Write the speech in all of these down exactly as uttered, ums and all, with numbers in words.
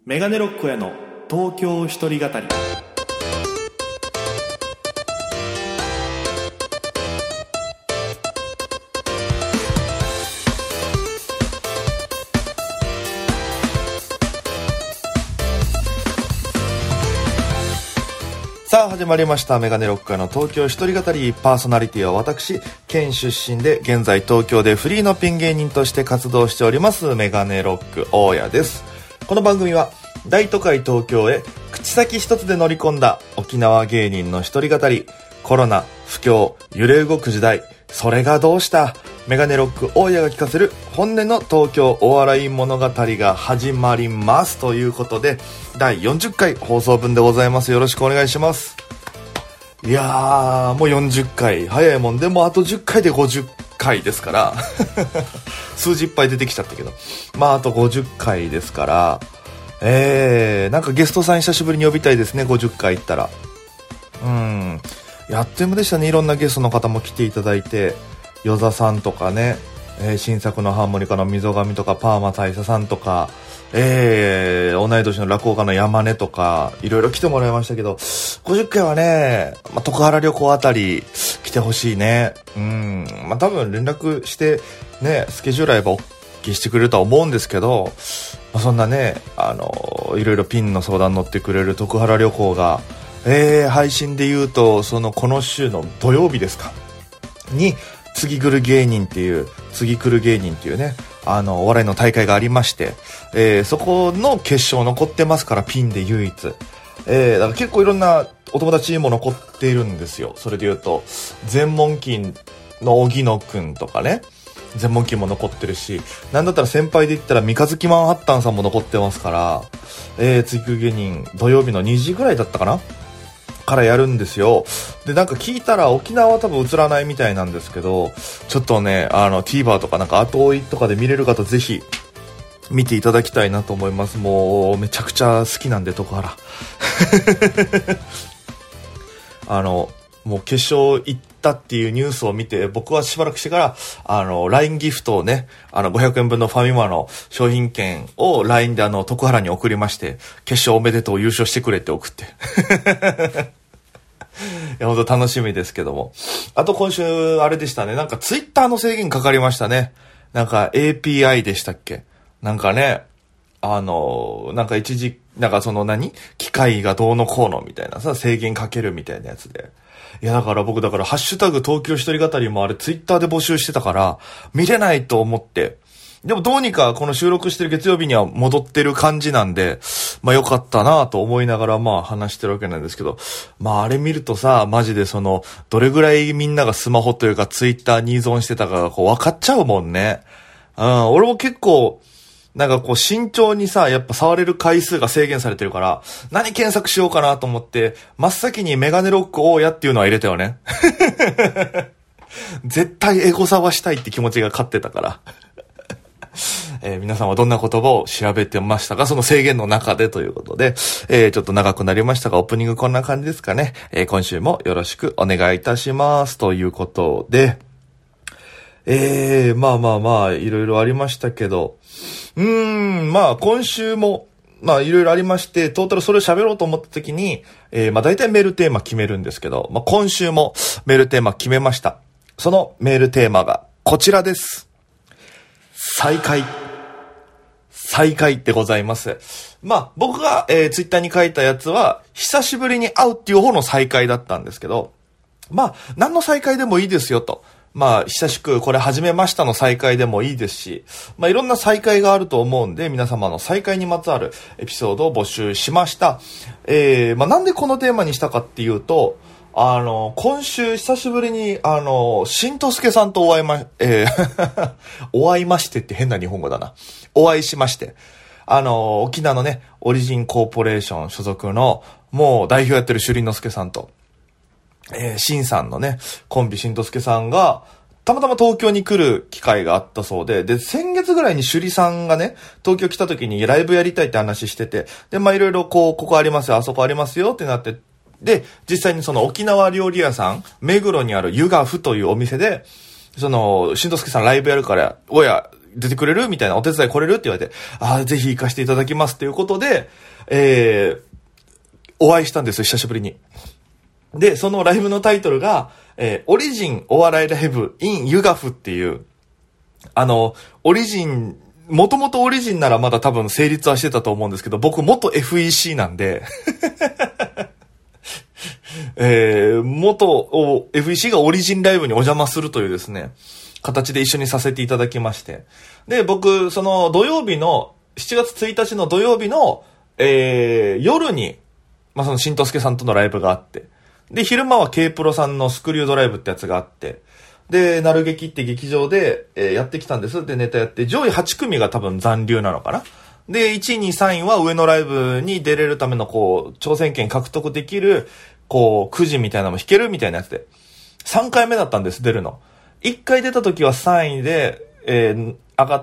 メガネロックへの東京一人語り。さあ始まりましたメガネロックへの東京一人語り。パーソナリティは私、県出身で現在東京でフリーのピン芸人として活動しておりますメガネロック大家です。この番組は大都会東京へ口先一つで乗り込んだ沖縄芸人の一人語り。コロナ、不況、揺れ動く時代、それがどうした、メガネロック大家が聞かせる本音の東京お笑い物語が始まりますということで、だいよんじゅっかい放送分でございます。よろしくお願いします。いやーもうよんじゅっかい、早いもんでもうあとじゅっかいでごじゅっかいですから数字いっぱい出てきちゃったけど、まああとごじゅっかいですから、えー、なんかゲストさん久しぶりに呼びたいですね。ごじゅっかい行ったら、うんやってもでしたね。いろんなゲストの方も来ていただいて、与座さんとかね、えー、新作のハーモニカの溝上とか、パーマ大佐さんとか、えー、同い年の落語家の山根とか、いろいろ来てもらいましたけど、ごじゅっかいはね、まあ、徳原旅行あたり来てほしいね。うん、まあ、多分連絡してね、スケジュール合えば OK してくれるとは思うんですけど、まあ、そんなね、あのいろいろピンの相談乗ってくれる徳原旅行が、えー、配信で言うと、そのこの週の土曜日ですかに、次来る芸人っていう、次来る芸人っていうね、あの、お笑いの大会がありまして、えー、そこの決勝残ってますから、ピンで唯一。えー、だから結構いろんなお友達にも残っているんですよ。それで言うと、全問金の荻野くんとかね、全問金も残ってるし、なんだったら先輩で言ったら三日月マンハッタンさんも残ってますから、えー、次来る芸人、土曜日のにじぐらいだったかなからやるんですよ。で、なんか聞いたら沖縄は多分映らないみたいなんですけど、ちょっとね、あの TVer とかなんか後追いとかで見れる方ぜひ見ていただきたいなと思います。もうめちゃくちゃ好きなんで、徳原あのもう決勝行ったっていうニュースを見て、僕はしばらくしてからあの ライン ギフトをね、あのごひゃくえんぶんのファミマの商品券を ライン であの徳原に送りまして、決勝おめでとう、優勝してくれって送っていや、ほんと楽しみですけども。あと今週あれでしたね、なんかツイッターの制限かかりましたね。なんか エーピーアイ でしたっけ、なんかね、あのなんか一時なんかその何機械がどうのこうのみたいなさ、制限かけるみたいなやつで、いやだから僕だからハッシュタグ東京一人語りもあれツイッターで募集してたから見れないと思って、でもどうにかこの収録してる月曜日には戻ってる感じなんで、まあよかったなと思いながらまあ話してるわけなんですけど、まああれ見るとさ、マジでそのどれぐらいみんながスマホというかツイッターに依存してたかがこう分かっちゃうもんね。うん、俺も結構なんかこう慎重にさ、やっぱ触れる回数が制限されてるから、何検索しようかなと思って、真っ先にメガネロック大家っていうのは入れたよね。絶対エゴサはしたいって気持ちが勝ってたから。えー、皆さんはどんな言葉を調べてましたか、その制限の中でということで、えー、ちょっと長くなりましたが、オープニングこんな感じですかね。えー、今週もよろしくお願いいたしますということで、えー、まあまあまあいろいろありましたけど、うーん、まあ今週もまあいろいろありまして、トータルそれを喋ろうと思った時に、えー、まあ大体メールテーマ決めるんですけど、まあ今週もメールテーマ決めました。そのメールテーマがこちらです。再会。再会ってございます。まあ僕が、えー、ツイッターに書いたやつは久しぶりに会うっていう方の再会だったんですけど、まあ何の再会でもいいですよと。まあ、久しくこれ始めましたの再会でもいいですし、まあいろんな再会があると思うんで、皆様の再会にまつわるエピソードを募集しました。えー、まあなんでこのテーマにしたかっていうと、あの、今週久しぶりに、あの、しんとすけさんとお会いま、えー、お会いましてって変な日本語だな。お会いしまして、あの、沖縄のね、オリジンコーポレーション所属の、もう代表やってるしゅりのすけさんと、えー、しんさんのね、コンビしんとすけさんが、たまたま東京に来る機会があったそうで、で、先月ぐらいにしゅりさんがね、東京来た時にライブやりたいって話してて、で、まあいろいろこう、ここありますよ、あそこありますよってなって、で、実際にその沖縄料理屋さん、目黒にある湯がふというお店で、その、しんとすけさんライブやるから、おや、 出てくれるみたいな、お手伝い来れるって言われて、ああ、ぜひ行かせていただきますっていうことで、えー、お会いしたんですよ、久しぶりに。で、そのライブのタイトルが、えー、オリジンお笑いライブ in ユガフっていう、あの、オリジン、もともとオリジンならまだ多分成立はしてたと思うんですけど、僕元 エフイーシー なんで、えー、元 エフイーシー がオリジンライブにお邪魔するというですね、形で一緒にさせていただきまして。で、僕、その土曜日の、しちがつついたちの土曜日の、えー、夜に、まあ、そのしんとすけさんとのライブがあって、で、昼間は K プロさんのスクリュードライブってやつがあって、で、なる劇って劇場で、えー、やってきたんです。で、ネタやって、上位はちくみが多分残留なのかな。で、いちい、にい、さんいは上のライブに出れるための、こう、挑戦権獲得できる、こう、くじみたいなのも弾けるみたいなやつで。さんかいめだったんです、出るの。いっかい出た時はさんいで、えー、上がって、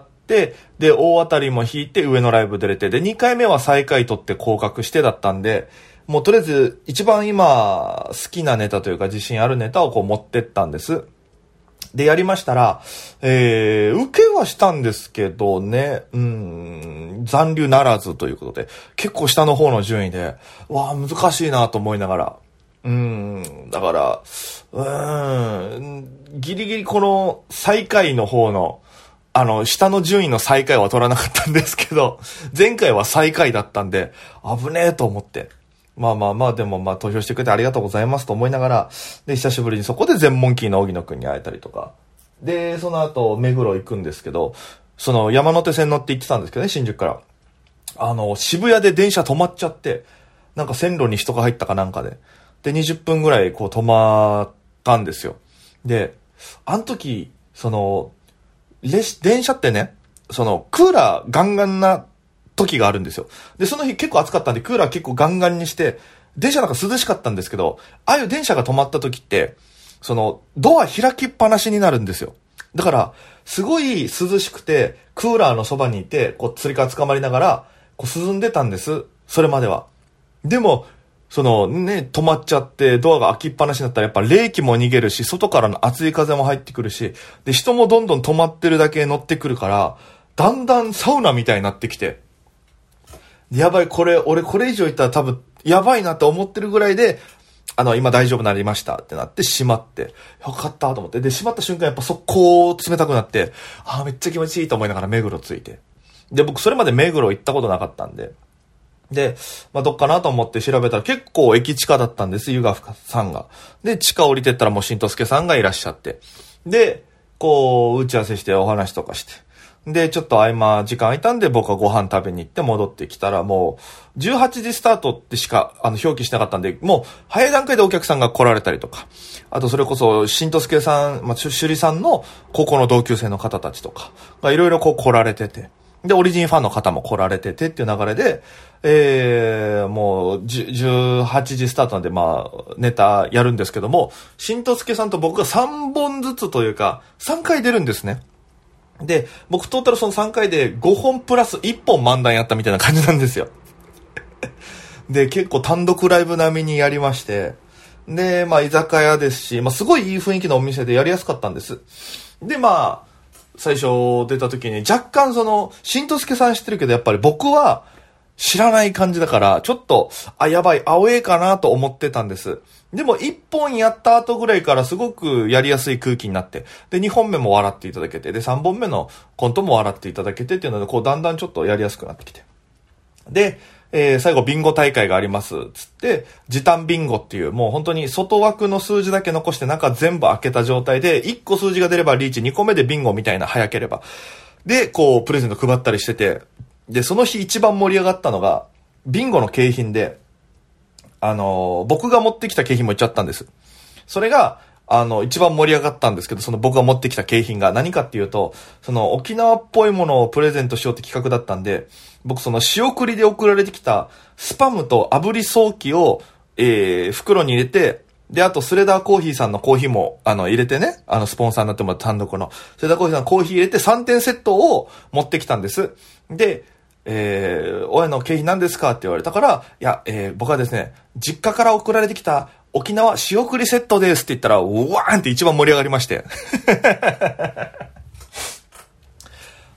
で、大当たりも引いて上のライブ出れて、で、にかいめは最下位取って降格してだったんで、もうとりあえず、一番今、好きなネタというか自信あるネタをこう持ってったんです。で、やりましたら、えー、受けはしたんですけどね、うーん、残留ならずということで、結構下の方の順位で、わあ、難しいなと思いながら、うーん、だから、うーん、ギリギリこの最下位の方の、あの、下の順位の最下位は取らなかったんですけど、前回は最下位だったんで、危ねえと思って。まあまあまあ、でもまあ投票してくれてありがとうございますと思いながら、で、久しぶりにそこで全モンキーの荻野くんに会えたりとか。で、その後、目黒行くんですけど、その山手線乗って行ってたんですけどね、新宿から。あの、渋谷で電車止まっちゃって、なんか線路に人が入ったかなんかで。で、にじゅっぷんぐらいこう止まったんですよ。で、あの時、その、列、電車ってね、その、クーラーガンガンな時があるんですよ。で、その日結構暑かったんで、クーラー結構ガンガンにして、電車なんか涼しかったんですけど、ああいう電車が止まった時って、その、ドア開きっぱなしになるんですよ。だから、すごい涼しくて、クーラーのそばにいて、こう、つり革捕まりながら、こう、涼んでたんです。それまでは。でも、そのね、止まっちゃって、ドアが開きっぱなしになったら、やっぱ冷気も逃げるし、外からの熱い風も入ってくるし、で、人もどんどん止まってるだけ乗ってくるから、だんだんサウナみたいになってきて、やばい、これ、俺これ以上行ったら多分、やばいなって思ってるぐらいで、あの、今大丈夫になりましたってなって閉まって、よかったと思って。で、閉まった瞬間やっぱ速攻冷たくなって、あーめっちゃ気持ちいいと思いながら目黒ついて。で、僕それまで目黒行ったことなかったんで、で、まあ、どっかなと思って調べたら結構駅地下だったんです、ゆがふさんが。で、地下降りてったらもうしんとすけさんがいらっしゃって。で、こう、打ち合わせしてお話とかして。で、ちょっと合間時間空いたんで僕はご飯食べに行って戻ってきたらもう、じゅうはちじスタートってしか、あの、表記しなかったんで、もう、早い段階でお客さんが来られたりとか、あとそれこそ、しんとすけさん、まあ、しゅりさんの高校の同級生の方たちとか、がいろいろこう来られてて、で、オリジンファンの方も来られててっていう流れで、えー、もう、じゅうはちじスタートなんで、まあ、ネタやるんですけども、しんとすけさんと僕がさんぼんずつというか、さんかい出るんですね。で、僕トータルそのさんかいでごほんプラスいっぽん漫談やったみたいな感じなんですよ。で、結構単独ライブ並みにやりまして、で、まあ居酒屋ですし、まあすごいいい雰囲気のお店でやりやすかったんです。で、まあ、最初出た時に若干その、しんとすけさん知ってるけどやっぱり僕は知らない感じだから、ちょっと、あ、やばい、アウェーかなと思ってたんです。でもいっぽんやった後ぐらいからすごくやりやすい空気になって、で、にほんめも笑っていただけて、で、さんぼんめのコントも笑っていただけてっていうので、こう、だんだんちょっとやりやすくなってきて。で、えー、最後ビンゴ大会があります、つって、時短ビンゴっていう、もう本当に外枠の数字だけ残して中全部開けた状態で、いっこ数字が出ればリーチ、にこめでビンゴみたいな早ければ。で、こう、プレゼント配ったりしてて、で、その日一番盛り上がったのが、ビンゴの景品で、あのー、僕が持ってきた景品も言っちゃったんです。それが、あの、一番盛り上がったんですけど、その僕が持ってきた景品が何かっていうと、その沖縄っぽいものをプレゼントしようって企画だったんで、僕その仕送りで送られてきたスパムと炙りソーキを、えー、袋に入れて、で、あとスレダーコーヒーさんのコーヒーも、あの、入れてね、あの、スポンサーになってもらった単独の、スレダーコーヒーさんのコーヒー入れてさんてんセットを持ってきたんです。で、えー、親の経費何ですかって言われたから、いや、えー、僕はですね、実家から送られてきた沖縄仕送りセットですって言ったら、うわーんって一番盛り上がりまして。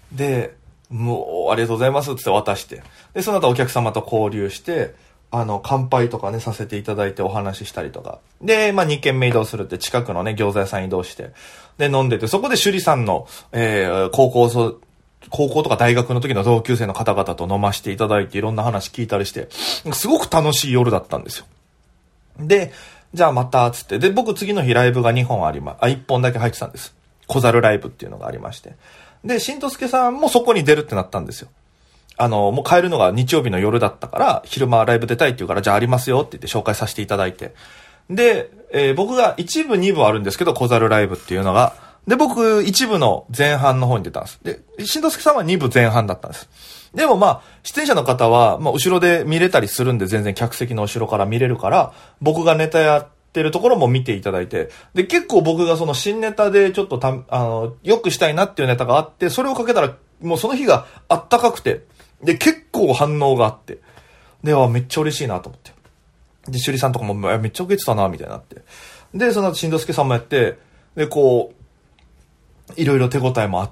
で、もう、ありがとうございますって渡して。で、その後お客様と交流して、あの、乾杯とかね、させていただいてお話ししたりとか。で、まあ、に軒目移動するって近くのね、餃子屋さん移動して。で、飲んでて、そこで首里さんの、えー、高校そ、高校とか大学の時の同級生の方々と飲ませていただいて、いろんな話聞いたりして、すごく楽しい夜だったんですよ。で、じゃあまた、つって。で、僕次の日ライブがにほんありま、あ、いっぽんだけ入ってたんです。小猿ライブっていうのがありまして。で、しんとすけさんもそこに出るってなったんですよ。あの、もう帰るのが日曜日の夜だったから、昼間ライブ出たいって言うから、じゃあありますよって言って紹介させていただいて。で、えー、僕が一部二部あるんですけど、小猿ライブっていうのが。で、僕一部の前半の方に出たんです。で、しんとすけさんは二部前半だったんです。でもまあ、出演者の方は、まあ、後ろで見れたりするんで、全然客席の後ろから見れるから、僕がネタやってるところも見ていただいて、で、結構僕がその新ネタでちょっとた、あの、良くしたいなっていうネタがあって、それをかけたら、もうその日があったかくて、で、結構反応があって、で、あ、めっちゃ嬉しいなと思って。で、しゅりさんとかも、めっちゃ受けてたな、みたいになって。で、その後、しんどすけさんもやって、で、こう、いろいろ手応えもあった。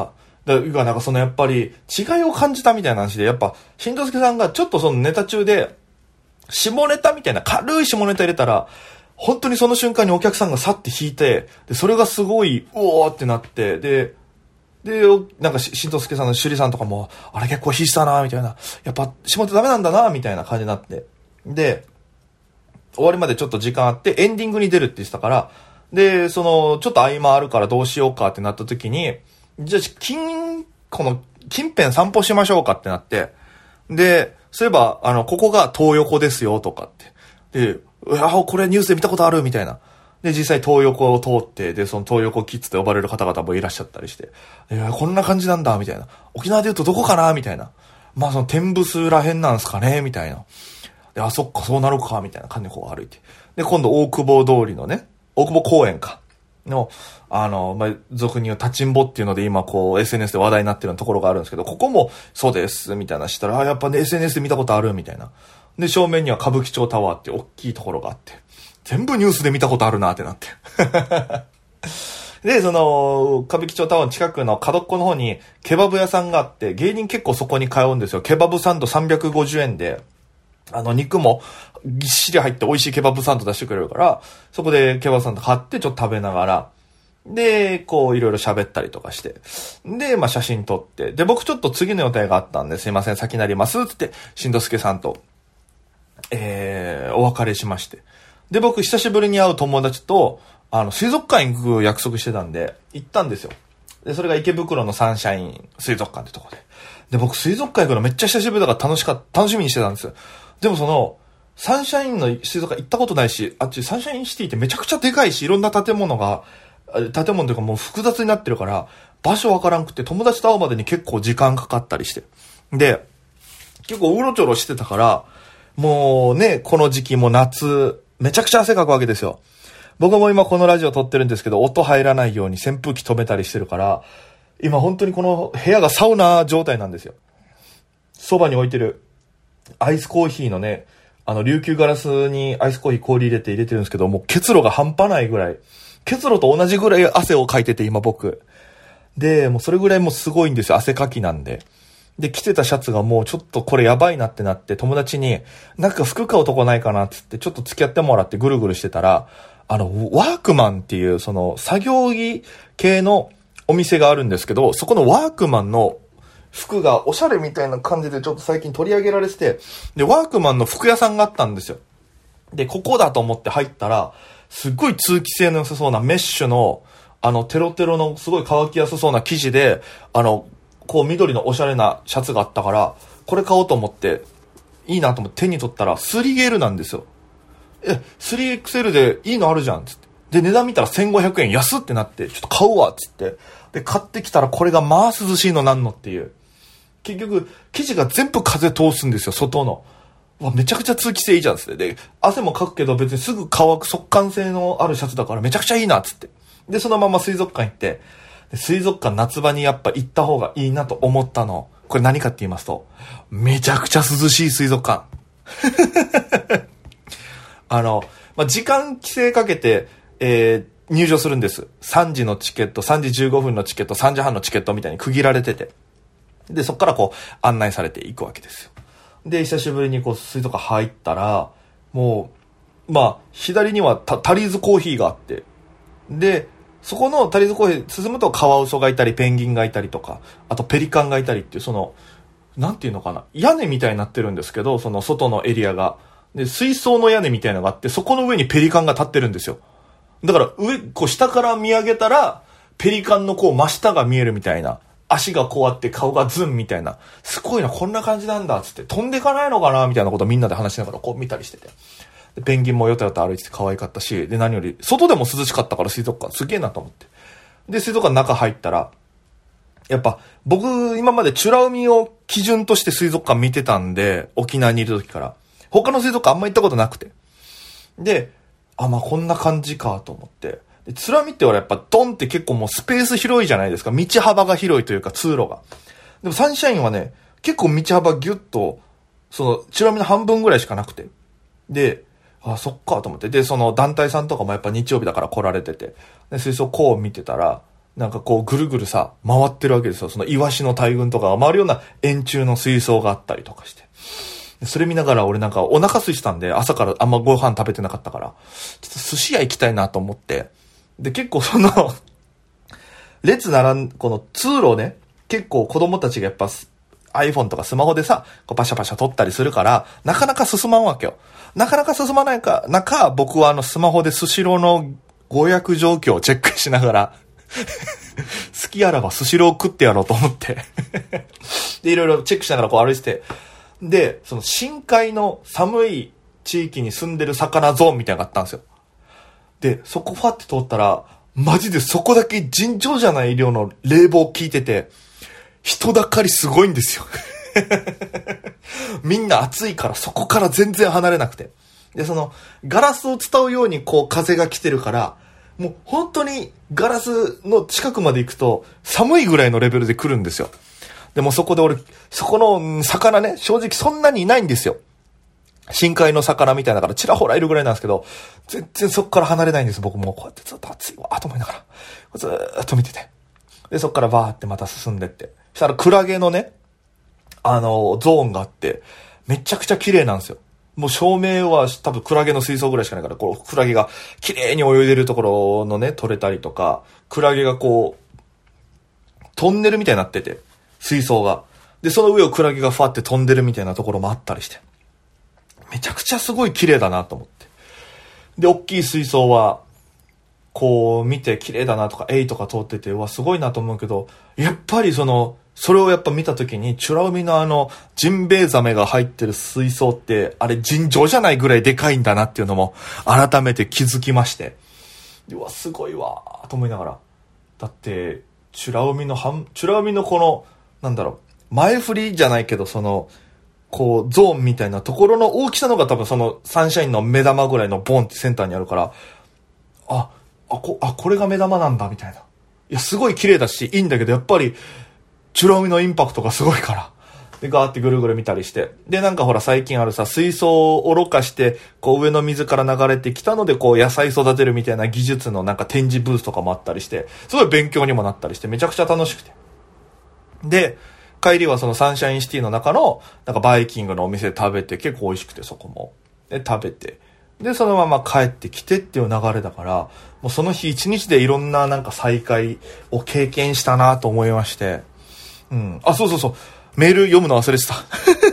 だから、なんかそのやっぱり、違いを感じたみたいな話で、やっぱ、しんどすけさんがちょっとそのネタ中で、下ネタみたいな、軽い下ネタ入れたら、本当にその瞬間にお客さんが去って引いて、で、それがすごい、うおーってなって、で、で、なんかし、しんとすけさんのしゅりさんとかも、あれ結構必死だな、みたいな。やっぱ、下ネタダメなんだな、みたいな感じになって。で、終わりまでちょっと時間あって、エンディングに出るって言ってたから、で、その、ちょっと合間あるからどうしようかってなった時に、じゃあ、近、この、近辺散歩しましょうかってなって、で、そういえば、あの、ここが東横ですよ、とかって。で、うわ、これニュースで見たことある、みたいな。で、実際東横を通って、で、その東横キッズと呼ばれる方々もいらっしゃったりして、えこんな感じなんだ、みたいな。沖縄で言うとどこかな、みたいな。まあ、その天ブスらへんなんすかね、みたいな。で、あ、そっか、そうなるか、みたいな感じでこう歩いて。で、今度大久保通りのね、大久保公園か。の、あの、まあ、俗に言う立ちんぼっていうので今こう エスエヌエス で話題になってるところがあるんですけど、ここもそうです、みたいなしたら、あ、やっぱね エスエヌエス で見たことある、みたいな。で、正面には歌舞伎町タワーっていう大きいところがあって、全部ニュースで見たことあるなってなって。で、その、歌舞伎町タワーの近くの角っこの方にケバブ屋さんがあって、芸人結構そこに通うんですよ。ケバブサンドさんびゃくごじゅうえんで、あの、肉もぎっしり入って美味しいケバブサンド出してくれるから、そこでケバブサンド買ってちょっと食べながら、で、こういろいろ喋ったりとかして。で、まあ写真撮って。で、僕ちょっと次の予定があったんで、すいません、先なりますって言って、しんどすけさんと、えー、お別れしまして。で、僕久しぶりに会う友達と、あの、水族館行く約束してたんで、行ったんですよ。で、それが池袋のサンシャイン水族館ってとこで。で、僕水族館行くのめっちゃ久しぶりだから楽しかった、楽しみにしてたんですよ。でもその、サンシャインの水族館行ったことないし、あっちサンシャインシティってめちゃくちゃでかいし、いろんな建物が、建物というかもう複雑になってるから、場所わからんくて友達と会うまでに結構時間かかったりして。で、結構うろちょろしてたから、もうね、この時期も夏、めちゃくちゃ汗かくわけですよ。僕も今このラジオ撮ってるんですけど、音入らないように扇風機止めたりしてるから、今本当にこの部屋がサウナ状態なんですよ。そばに置いてるアイスコーヒーのね、あの琉球ガラスにアイスコーヒー氷入れて入れてるんですけど、もう結露が半端ないぐらい、結露と同じぐらい汗をかいてて今僕。で、もうそれぐらいもうすごいんですよ、汗かきなんで。で、着てたシャツがもうちょっとこれやばいなってなって、友達に、なんか服買うとこないかなって言って、ちょっと付き合ってもらってぐるぐるしてたら、あの、ワークマンっていう、その、作業着系のお店があるんですけど、そこのワークマンの服がおしゃれみたいな感じでちょっと最近取り上げられてて、で、ワークマンの服屋さんがあったんですよ。で、ここだと思って入ったら、すっごい通気性の良さそうなメッシュの、あの、テロテロのすごい乾きやすそうな生地で、あの、こう緑のおしゃれなシャツがあったから、これ買おうと思って、いいなと思って手に取ったら スリーエル なんですよ。え、スリーエックスエル でいいのあるじゃんつって。で、値段見たらせんごひゃくえん安ってなって、ちょっと買うわつって。で、買ってきたらこれがまあ涼しいのなんのっていう。結局、生地が全部風通すんですよ、外の。わ、めちゃくちゃ通気性いいじゃんつって。で、汗もかくけど別にすぐ乾く速乾性のあるシャツだからめちゃくちゃいいなつって。で、そのまま水族館行って、水族館夏場にやっぱ行った方がいいなと思ったの。これ何かって言いますと、めちゃくちゃ涼しい水族館。あの、まあ、時間規制かけて、えー、 入場するんです。さんじのチケット、さんじじゅうごふんのチケット、さんじはんのチケットみたいに区切られてて。で、そっからこう案内されていくわけですよ。で、久しぶりにこう水族館入ったら、もう、まあ、左にはタリーズコーヒーがあって、で、そこのタリーズコーヒー進むとカワウソがいたり、ペンギンがいたりとか、あとペリカンがいたりっていう、その、なんていうのかな、屋根みたいになってるんですけど、その外のエリアが。で、水槽の屋根みたいなのがあって、そこの上にペリカンが立ってるんですよ。だから上、こう下から見上げたら、ペリカンのこう真下が見えるみたいな。足がこうあって顔がズンみたいな。すごいな、こんな感じなんだ、つって。飛んでかないのかなみたいなことをみんなで話しながらこう見たりしてて。でペンギンもよたよた歩いてて可愛かったし、で、何より、外でも涼しかったから水族館すげえなと思って。で、水族館の中入ったら、やっぱ、僕、今まで美ら海を基準として水族館見てたんで、沖縄にいる時から。他の水族館あんま行ったことなくて。で、あ、まあ、こんな感じかと思って。で、美ら海って俺やっぱドンって結構もうスペース広いじゃないですか。道幅が広いというか通路が。でもサンシャインはね、結構道幅ギュッと、その、美ら海の半分ぐらいしかなくて。で、あ、そっかと思って。で、その団体さんとかもやっぱ日曜日だから来られてて。で、水槽こう見てたら、なんかこうぐるぐるさ、回ってるわけですよ。そのイワシの大群とかが回るような円柱の水槽があったりとかして。それ見ながら俺なんかお腹空いてたんで、朝からあんまご飯食べてなかったから、ちょっと寿司屋行きたいなと思って。で、結構その、列並ん、この通路をね、結構子供たちがやっぱ iPhone とかスマホでさ、こうパシャパシャ撮ったりするから、なかなか進まんわけよ。なかなか進まないか、中、僕はあのスマホでスシローのご予約状況をチェックしながら、好きあらばスシロー食ってやろうと思ってで、いろいろチェックしながらこう歩いてて、で、その深海の寒い地域に住んでる魚ゾーンみたいなのがあったんですよ。で、そこファって通ったら、マジでそこだけ尋常じゃない量の冷房効いてて、人だかりすごいんですよ。みんな暑いからそこから全然離れなくて。で、その、ガラスを伝うようにこう風が来てるから、もう本当にガラスの近くまで行くと寒いぐらいのレベルで来るんですよ。でもそこで俺、そこの魚ね、正直そんなにいないんですよ。深海の魚みたいだからちらほらいるぐらいなんですけど、全然そこから離れないんです。僕もこうやってずっと暑いわと思いながら、ずーっと見てて。で、そこからバーってまた進んでって。そしたらクラゲのね、あの、ゾーンがあって、めちゃくちゃ綺麗なんですよ。もう照明は多分クラゲの水槽ぐらいしかないから、こう、クラゲが綺麗に泳いでるところのね、撮れたりとか、クラゲがこう、トンネルみたいになってて、水槽が。で、その上をクラゲがファって飛んでるみたいなところもあったりして。めちゃくちゃすごい綺麗だなと思って。で、大きい水槽は、こう見て綺麗だなとか、エイとか通ってて、うわ、すごいなと思うけど、やっぱりその、それをやっぱ見たときに、美ら海のあの、ジンベエザメが入ってる水槽って、あれ尋常じゃないぐらいでかいんだなっていうのも、改めて気づきまして。うわ、すごいわーと思いながら。だって、美ら海の半、美ら海のこの、なんだろう、前振りじゃないけど、その、こう、ゾーンみたいなところの大きさのが多分その、サンシャインの目玉ぐらいのボンってセンターにあるから、あ、あ、こ、あ、これが目玉なんだ、みたいな。いや、すごい綺麗だし、いいんだけど、やっぱり、美ら海のインパクトがすごいから。で、ガーってぐるぐる見たりして。で、なんかほら、最近あるさ、水槽をろ過して、こう、上の水から流れてきたので、こう、野菜育てるみたいな技術のなんか展示ブースとかもあったりして、すごい勉強にもなったりして、めちゃくちゃ楽しくて。で、帰りはそのサンシャインシティの中の、なんかバイキングのお店で食べて、結構美味しくて、そこも。で、食べて。で、そのまま帰ってきてっていう流れだから、もうその日一日でいろんななんか再会を経験したなと思いまして。うん。あ、そうそうそう。メール読むの忘れてた。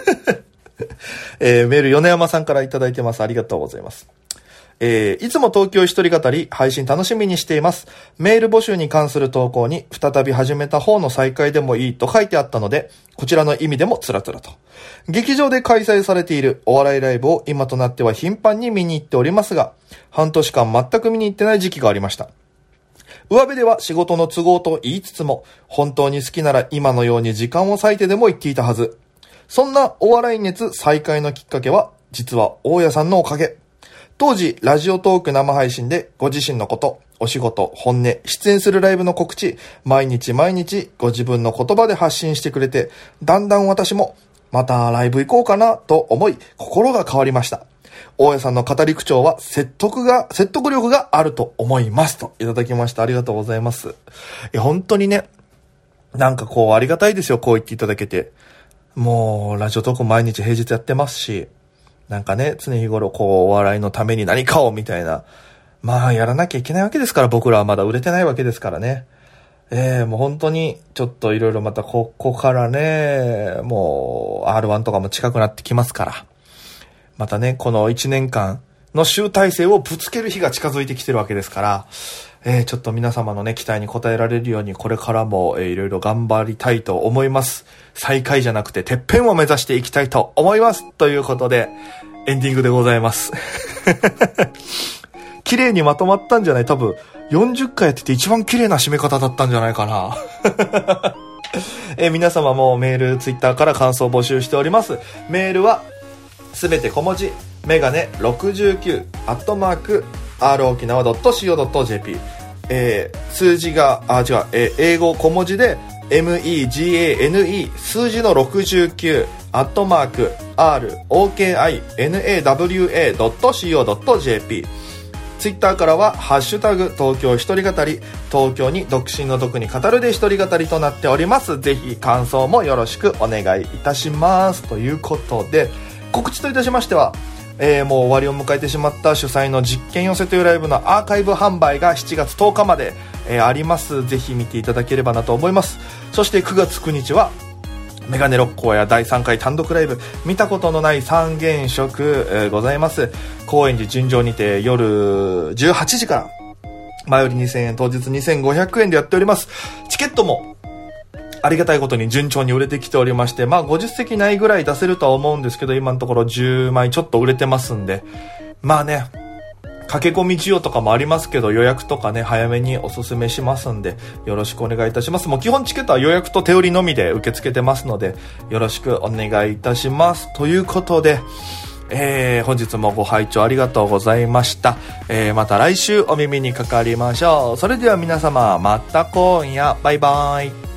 えー、メール米山さんからいただいてます。ありがとうございます。えー、いつも東京一人語り配信楽しみにしています。メール募集に関する投稿に再び始めた方の再開でもいいと書いてあったので、こちらの意味でもつらつらと。劇場で開催されているお笑いライブを今となっては頻繁に見に行っておりますが、半年間全く見に行ってない時期がありました。上辺では仕事の都合と言いつつも、本当に好きなら今のように時間を割いてでも行っていたはず。そんなお笑い熱再開のきっかけは、実は大家さんのおかげ。当時、ラジオトーク生配信でご自身のこと、お仕事、本音、出演するライブの告知、毎日毎日ご自分の言葉で発信してくれて、だんだん私もまたライブ行こうかなと思い、心が変わりました。大家さんの語り口調は説得が、説得力があると思います。といただきました。ありがとうございます。いや、本当にね、なんかこうありがたいですよ。こう言っていただけて。もう、ラジオトーク毎日平日やってますし、なんかね、常日頃こう、お笑いのために何かをみたいな、まあ、やらなきゃいけないわけですから、僕らはまだ売れてないわけですからね。ええー、もう本当に、ちょっといろいろまたここからね、もう、アールワン とかも近くなってきますから、またね、このいちねんかんの集大成をぶつける日が近づいてきてるわけですから、えー、ちょっと皆様のね、期待に応えられるように、これからも、えー、いろいろ頑張りたいと思います。最下位じゃなくて、てっぺんを目指していきたいと思います。ということで、エンディングでございます。綺麗にまとまったんじゃない？多分、よんじゅっかいやってて一番綺麗な締め方だったんじゃないかな。えー、皆様もメール、ツイッターから感想を募集しております。メールは、すべて小文字、メガネろくじゅうきゅう、アットマーク、アール 沖縄 ドット シーオー ドット ジェーピー、えー、数字が、あ、違う、えー、英語小文字で メガネ 数字のろくじゅうきゅう、アットマーク、アール オーケーアイエヌエーダブリューエー ドット シーオー ドット ジェーピー、ツイッターからは、ハッシュタグ、東京一人語り、東京に独身の毒に語るで一人語りとなっております。ぜひ感想もよろしくお願いいたします。ということで、告知といたしましては、えー、もう終わりを迎えてしまった主催の実験寄せというライブのアーカイブ販売がしちがつとおかまで、えー、あります。ぜひ見ていただければなと思います。そしてくがつくにちはメガネロックやだいさんかい単独ライブ、見たことのない三原色、えー、ございます。高円寺純情にて夜じゅうはちじから、前売りにせんえん、当日にせんごひゃくえんでやっております。チケットもありがたいことに順調に売れてきておりまして、まあごじゅっせきないぐらい出せるとは思うんですけど、今のところじゅうまいちょっと売れてますんで、まあね、駆け込み需要とかもありますけど、予約とかね、早めにおすすめしますんで、よろしくお願いいたします。もう基本チケットは予約と手売りのみで受け付けてますので、よろしくお願いいたします。ということで、えー、本日もご拝聴ありがとうございました。えー、また来週お耳にかかりましょう。それでは皆様、また今夜、バイバイ。